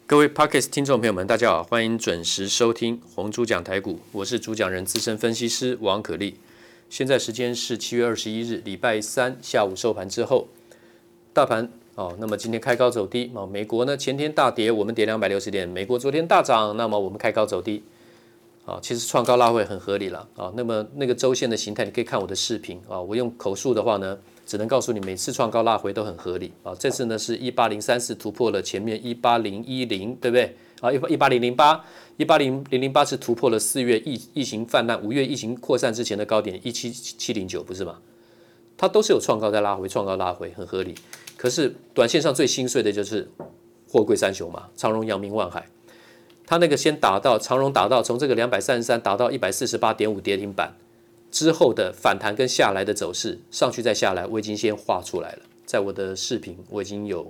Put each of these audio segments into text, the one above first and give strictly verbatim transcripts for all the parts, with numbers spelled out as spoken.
各位 Podcast 听众朋友们，大家好，欢迎准时收听红猪讲台股，我是主讲人资深分析师王可立。现在时间是七月二十一日，礼拜三下午收盘之后，大盘哦，那么今天开高走低哦，美国呢前天大跌，我们跌两百六十点，美国昨天大涨，那么我们开高走低。啊，其实创高拉回很合理了啊。那么那个周线的形态，你可以看我的视频啊。我用口述的话呢，只能告诉你每次创高拉回都很合理啊。这次呢是一八零三四突破了前面一八零一零，对不对？啊，一八零零八，一八零零零八是突破了四月疫疫情泛滥、五月疫情扩散之前的高点一七七零九，不是吗？它都是有创高在拉回，创高拉回很合理。可是短线上最心碎的就是货柜三雄嘛，长荣、阳明、万海。他那个先打到长荣打到从这个两百三十三打到一百四十八点五跌停板之后的反弹跟下来的走势，上去再下来，我已经先画出来了，在我的视频我已经有，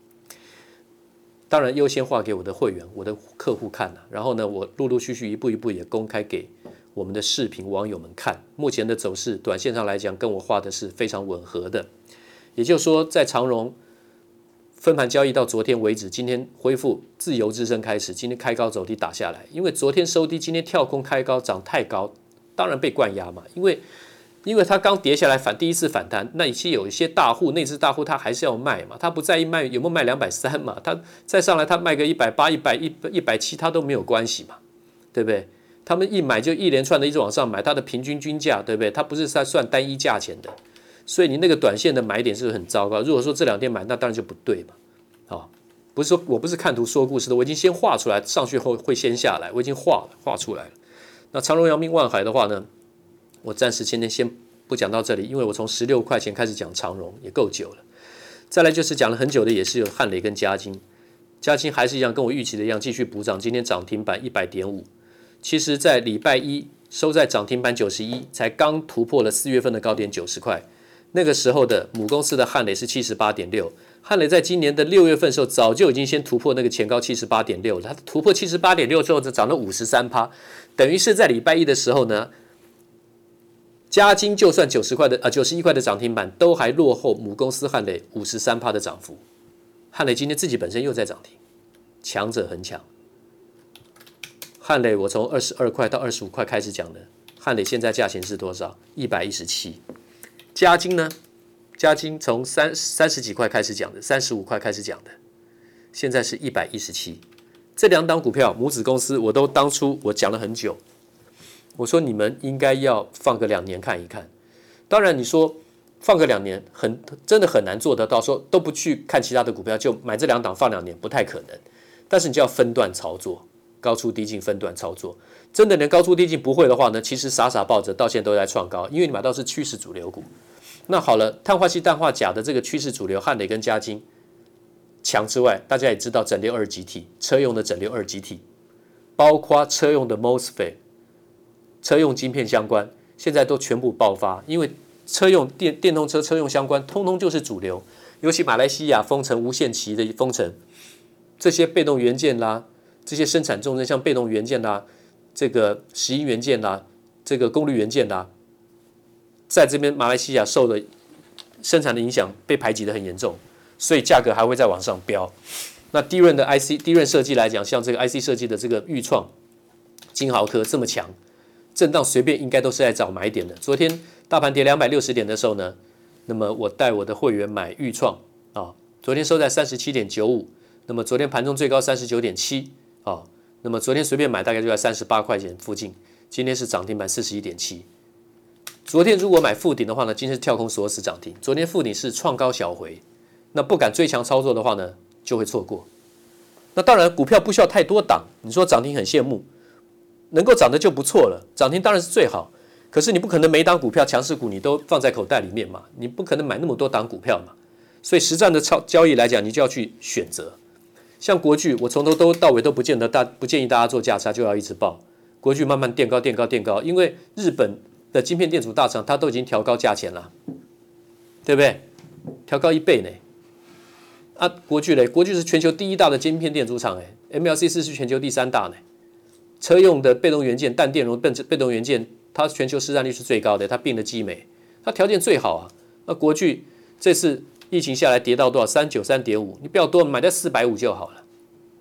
当然优先画给我的会员、我的客户看了。然后呢，我陆陆续续一步一步也公开给我们的视频网友们看。目前的走势，短线上来讲，跟我画的是非常吻合的。也就是说，在长荣分盘交易到昨天为止，今天恢复自由之声开始，今天开高走低打下来，因为昨天收低，今天跳空开高涨太高，当然被灌压嘛。因为因为它刚跌下来反第一次反弹，那已经有一些大户内资大户他还是要卖嘛，他不在意卖有没有卖两百三嘛，他再上来他卖个一百八、一百一、一百七他都没有关系嘛，对不对？他们一买就一连串的一直往上买，它的平均均价对不对？它不是在算单一价钱的。所以你那个短线的买点是不是很糟糕？如果说这两天买，那当然就不对嘛。好，不是说我不是看图说故事的，我已经先画出来，上去后会先下来，我已经画了，画出来了。那长荣、阳明、万海的话呢，我暂时今天先不讲到这里，因为我从十六块钱开始讲长荣也够久了。再来就是讲了很久的，也是有汉磊跟嘉金，嘉金还是一样跟我预期的一样，继续补涨，今天涨停板一百点五。其实，在礼拜一收在涨停板九十一，才刚突破了四月份的高点九十块。那个时候的母公司的汉磊是 七十八点六， 汉磊在今年的六月份的时候早就已经先突破那个前高 七十八点六 了，它突破 七十八点六 之后就涨了 百分之五十三， 等于是在礼拜一的时候呢，嘉金就算九十块的啊九十一块的涨停板都还落后母公司汉磊 百分之五十三 的涨幅。汉磊今天自己本身又在涨停，强者恒强。汉磊我从二十二块到二十五块开始讲的，汉磊现在价钱是多少？一百一十七。嘉金呢？嘉金从三三十几块开始讲的，三十五块开始讲的，现在是一百一十七。这两档股票母子公司，我都当初我讲了很久，我说你们应该要放个两年看一看。当然你说放个两年很真的很难做得到，说都不去看其他的股票就买这两档放两年不太可能。但是你就要分段操作，高出低进分段操作。真的连高出低进不会的话呢，其实傻傻抱着到现在都在创高，因为你买到是趋势主流股。那好了，碳化硅、氮化钾的这个趋势主流，汉磊跟嘉金强之外，大家也知道整流二极体，车用的整流二极体，包括车用的 MOSFET， 车用晶片相关，现在都全部爆发，因为车用电电动车、车用相关，通通就是主流。尤其马来西亚封城无限期的封城，这些被动元件啦，这些生产重镇，像被动元件啦，这个石英元件啦，这个功率元件啦。在这边马来西亚受了生产的影响，被排挤得很严重，所以价格还会再往上飙。那低润的 I C、低润设计来讲，像这个 I C 设计的这个裕创、金豪科这么强，震荡随便应该都是在找买点的。昨天大盘跌两百六十点的时候呢，那么我带我的会员买裕创啊，昨天收在 三十七点九五， 那么昨天盘中最高 三十九点七 啊，那么昨天随便买大概就在三十八块钱附近，今天是涨停板 四十一点七。昨天如果买附顶的话呢，今天是跳空锁死涨停。昨天附顶是创高小回，那不敢追强操作的话呢，就会错过。那当然，股票不需要太多档，你说涨停很羡慕，能够涨的就不错了，涨停当然是最好。可是你不可能每档股票强势股你都放在口袋里面嘛，你不可能买那么多档股票嘛。所以实战的交易来讲，你就要去选择。像国巨，我从头都到尾都不见得大不建议大家做价差，就要一直报。国巨慢慢垫高、垫高、垫高，因为日本的晶片电阻大厂，它都已经调高价钱了，对不对？调高一倍呢。啊，国巨嘞，国巨是全球第一大的晶片电阻厂，哎 ，M L C 四是全球第三大呢。车用的被动元件、氮电容被被动元件，它全球市占率是最高的，它并了基美，它条件最好啊。那国巨这次疫情下来跌到多少？三九三点五，你不要多，买在四百五就好了。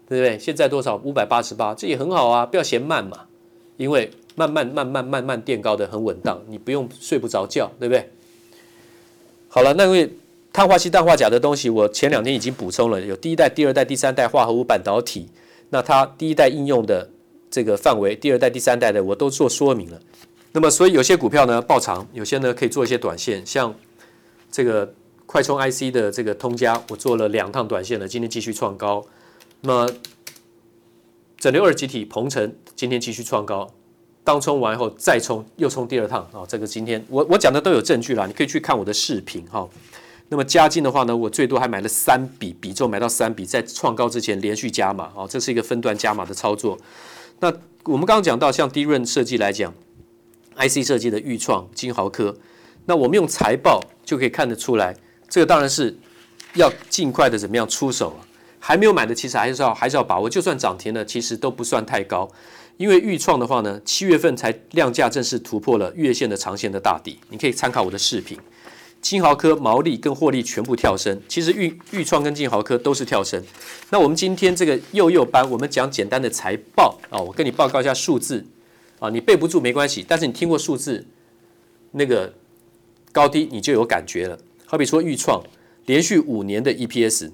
对不对？现在多少？五百八十八，这也很好啊，不要嫌慢嘛，因为慢慢慢慢慢慢垫高的很稳当，你不用睡不着觉，对不对？好了，那因为碳化硅、氮化钾的东西，我前两天已经补充了，有第一代、第二代、第三代化合物半导体。那它第一代应用的这个范围，第二代、第三代的我都做说明了。那么，所以有些股票呢爆长，有些呢可以做一些短线，像这个快充 I C 的这个通家，我做了两趟短线了，今天继续创高。那么整流二极体鹏程今天继续创高。当冲完后再冲，又冲第二趟啊、哦！这个今天我我讲的都有证据啦，你可以去看我的视频哈、哦。那么加金的话呢，我最多还买了三笔，比重买到三笔，在创高之前连续加码哦，这是一个分段加码的操作。那我们刚刚讲到，像低润设计来讲 ，I C 设计的裕创、金豪科，那我们用财报就可以看得出来，这个当然是要尽快的怎么样出手啊？还没有买的，其实还是要还是要把握，就算涨停了，其实都不算太高。因为裕创的话呢，七月份才量价正式突破了月线的长线的大底，你可以参考我的视频。金豪科毛利跟获利全部跳升，其实裕裕创跟金豪科都是跳升。那我们今天这个幼幼班，我们讲简单的财报啊，我跟你报告一下数字啊，你背不住没关系，但是你听过数字，那个高低你就有感觉了。好比说裕创连续五年的 E P S。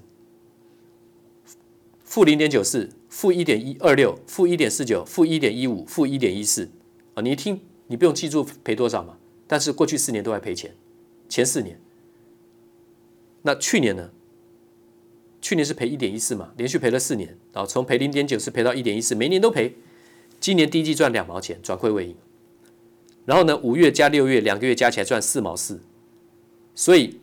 负零点九四，负一点一二六，负一点四九，负一点一五，负一点一四，啊，你一听，你不用记住赔多少嘛，但是过去四年都在赔钱，前四年，那去年呢？去年是赔一点一四嘛，连续赔了四年，然后从赔零点九四赔到一点一四，每年都赔，今年第一季赚两毛钱，转亏为盈，然后呢，五月加六月两个月加起来赚四毛四，所以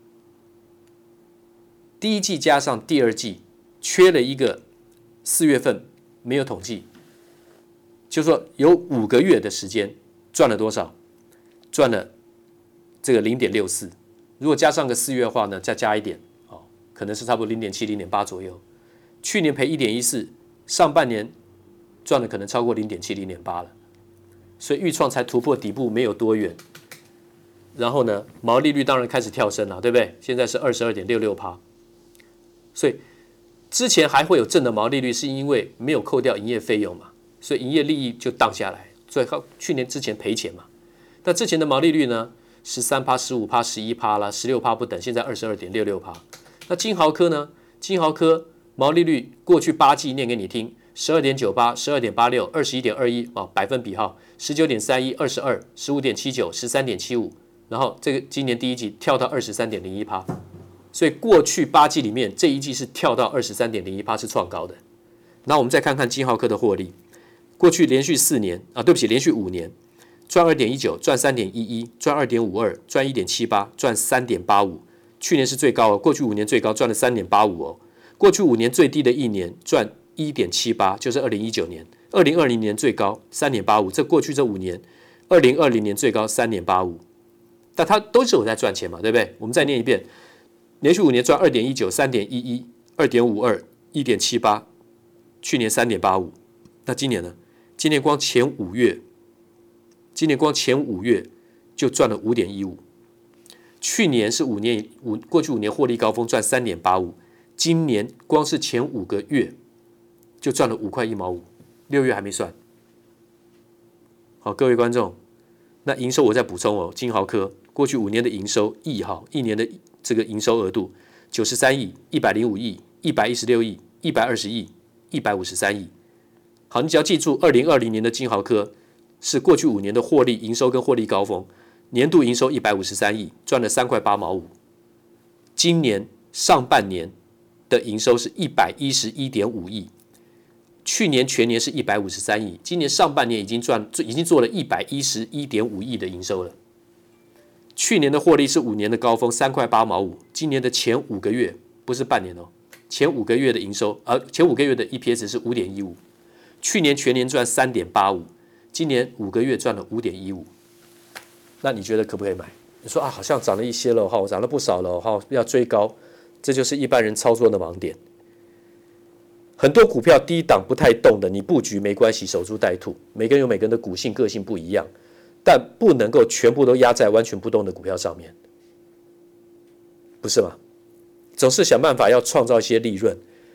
第一季加上第二季。缺了一个四月份没有统计，就是说有五个月的时间赚了多少？赚了这个零点六四。如果加上个四月的话呢，再加一点，哦，可能是差不多零点七、零点八左右。去年赔一点一四，上半年赚了可能超过零点七、零点八了。所以裕创才突破底部没有多远。然后呢，毛利率当然开始跳升了，对不对？现在是二十二点六六趴，所以。之前还会有正的毛利率，是因为没有扣掉营业费用嘛，所以营业利益就荡下来，所以去年之前赔钱嘛。那之前的毛利率呢，十三趴、十五趴、十一趴啦，十六趴不等，现在二十二点六六趴。那金豪科呢？金豪科毛利率过去八季念给你听，十二点九八、十二点八六、二十一点二一啊，百分比哈，十九点三一、二十二、十五点七九、十三点七五，然后这个今年第一季跳到二十三点零一趴。所以过去八季里面，这一季是跳到二十三点零一趴，是创高的。那我们再看看金豪科的获利，过去连续四年啊，对不起，连续五年赚二点一九，赚三点一一，赚二点五二，赚一点七八，赚三点八五。去年是最高哦，过去五年最高赚了三点八五哦。过去五年最低的一年赚一点七八，就是二零一九年。二零二零年最高三点八五，这过去这五年，二零二零年最高三点八五。但它都是有在赚钱嘛，对不对？我们再念一遍。连续五年赚二点一九、三点一一、二点五二、一点七八，去年三点八五。那今年呢？今年光前五月，今年光前五月就赚了五点一五。去年是五年五过去五年获利高峰赚三点八五，今年光是前五个月就赚了五块一毛五，六月还没算。好，各位观众，那营收我再补充哦，金豪科过去五年的营收亿哈，一年的。这个营收额度九十三亿、一百零五亿、一百一十六亿、一百二十亿、一百五十三亿。好，你只要记住，二零二零年的金豪科是过去五年的获利营收跟获利高峰，年度营收一百五十三亿，赚了三块八毛五。今年上半年的营收是一百一十一点五亿，去年全年是一百五十三亿，今年上半年已经赚已经做了一百一十一点五亿的营收了。去年的获利是五年的高峰，三块八毛五。今年的前五个月不是半年哦，前五个月的营收，呃，前五个月的 E P S 是五点一五。去年全年赚三点八五，今年五个月赚了五点一五。那你觉得可不可以买？你说啊，好像涨了一些了哈，涨了不少了哈，要追高，这就是一般人操作的盲点。很多股票低档不太动的，你布局没关系，守株待兔。每个人有每个人的股性个性不一样。但不能够全部都压在完全不动的股票上面，不是吗？总是想办法要创造一些利润，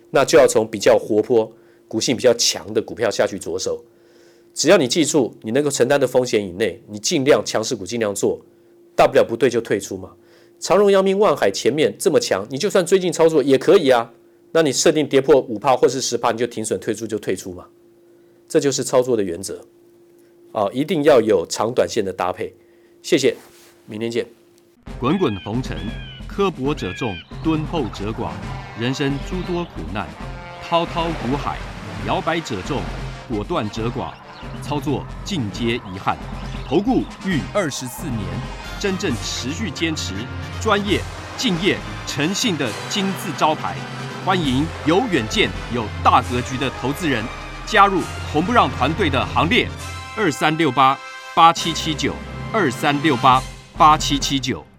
那就要从比较活泼、股性比较强的股票下去着手。只要你记住你能够承担的风险以内，你尽量强势股尽量做，大不了不对就退出嘛。长荣、阳明、万海前面这么强，你就算追进操作也可以啊。那你设定跌破 百分之五 或是 百分之十， 你就停损退出就退出嘛。这就是操作的原则啊，一定要有长短线的搭配。谢谢，明天见。 滚滚红尘，刻薄者众，敦厚者寡；人生诸多苦难，滔滔苦海，摇摆者众，果断者寡。操作尽皆遗憾。投顾逾二十四年，真正持续坚持、专业、敬业、诚信的金字招牌。欢迎有远见、有大格局的投资人加入红不让团队的行列。二三六八八七七九，二三六八八七七九。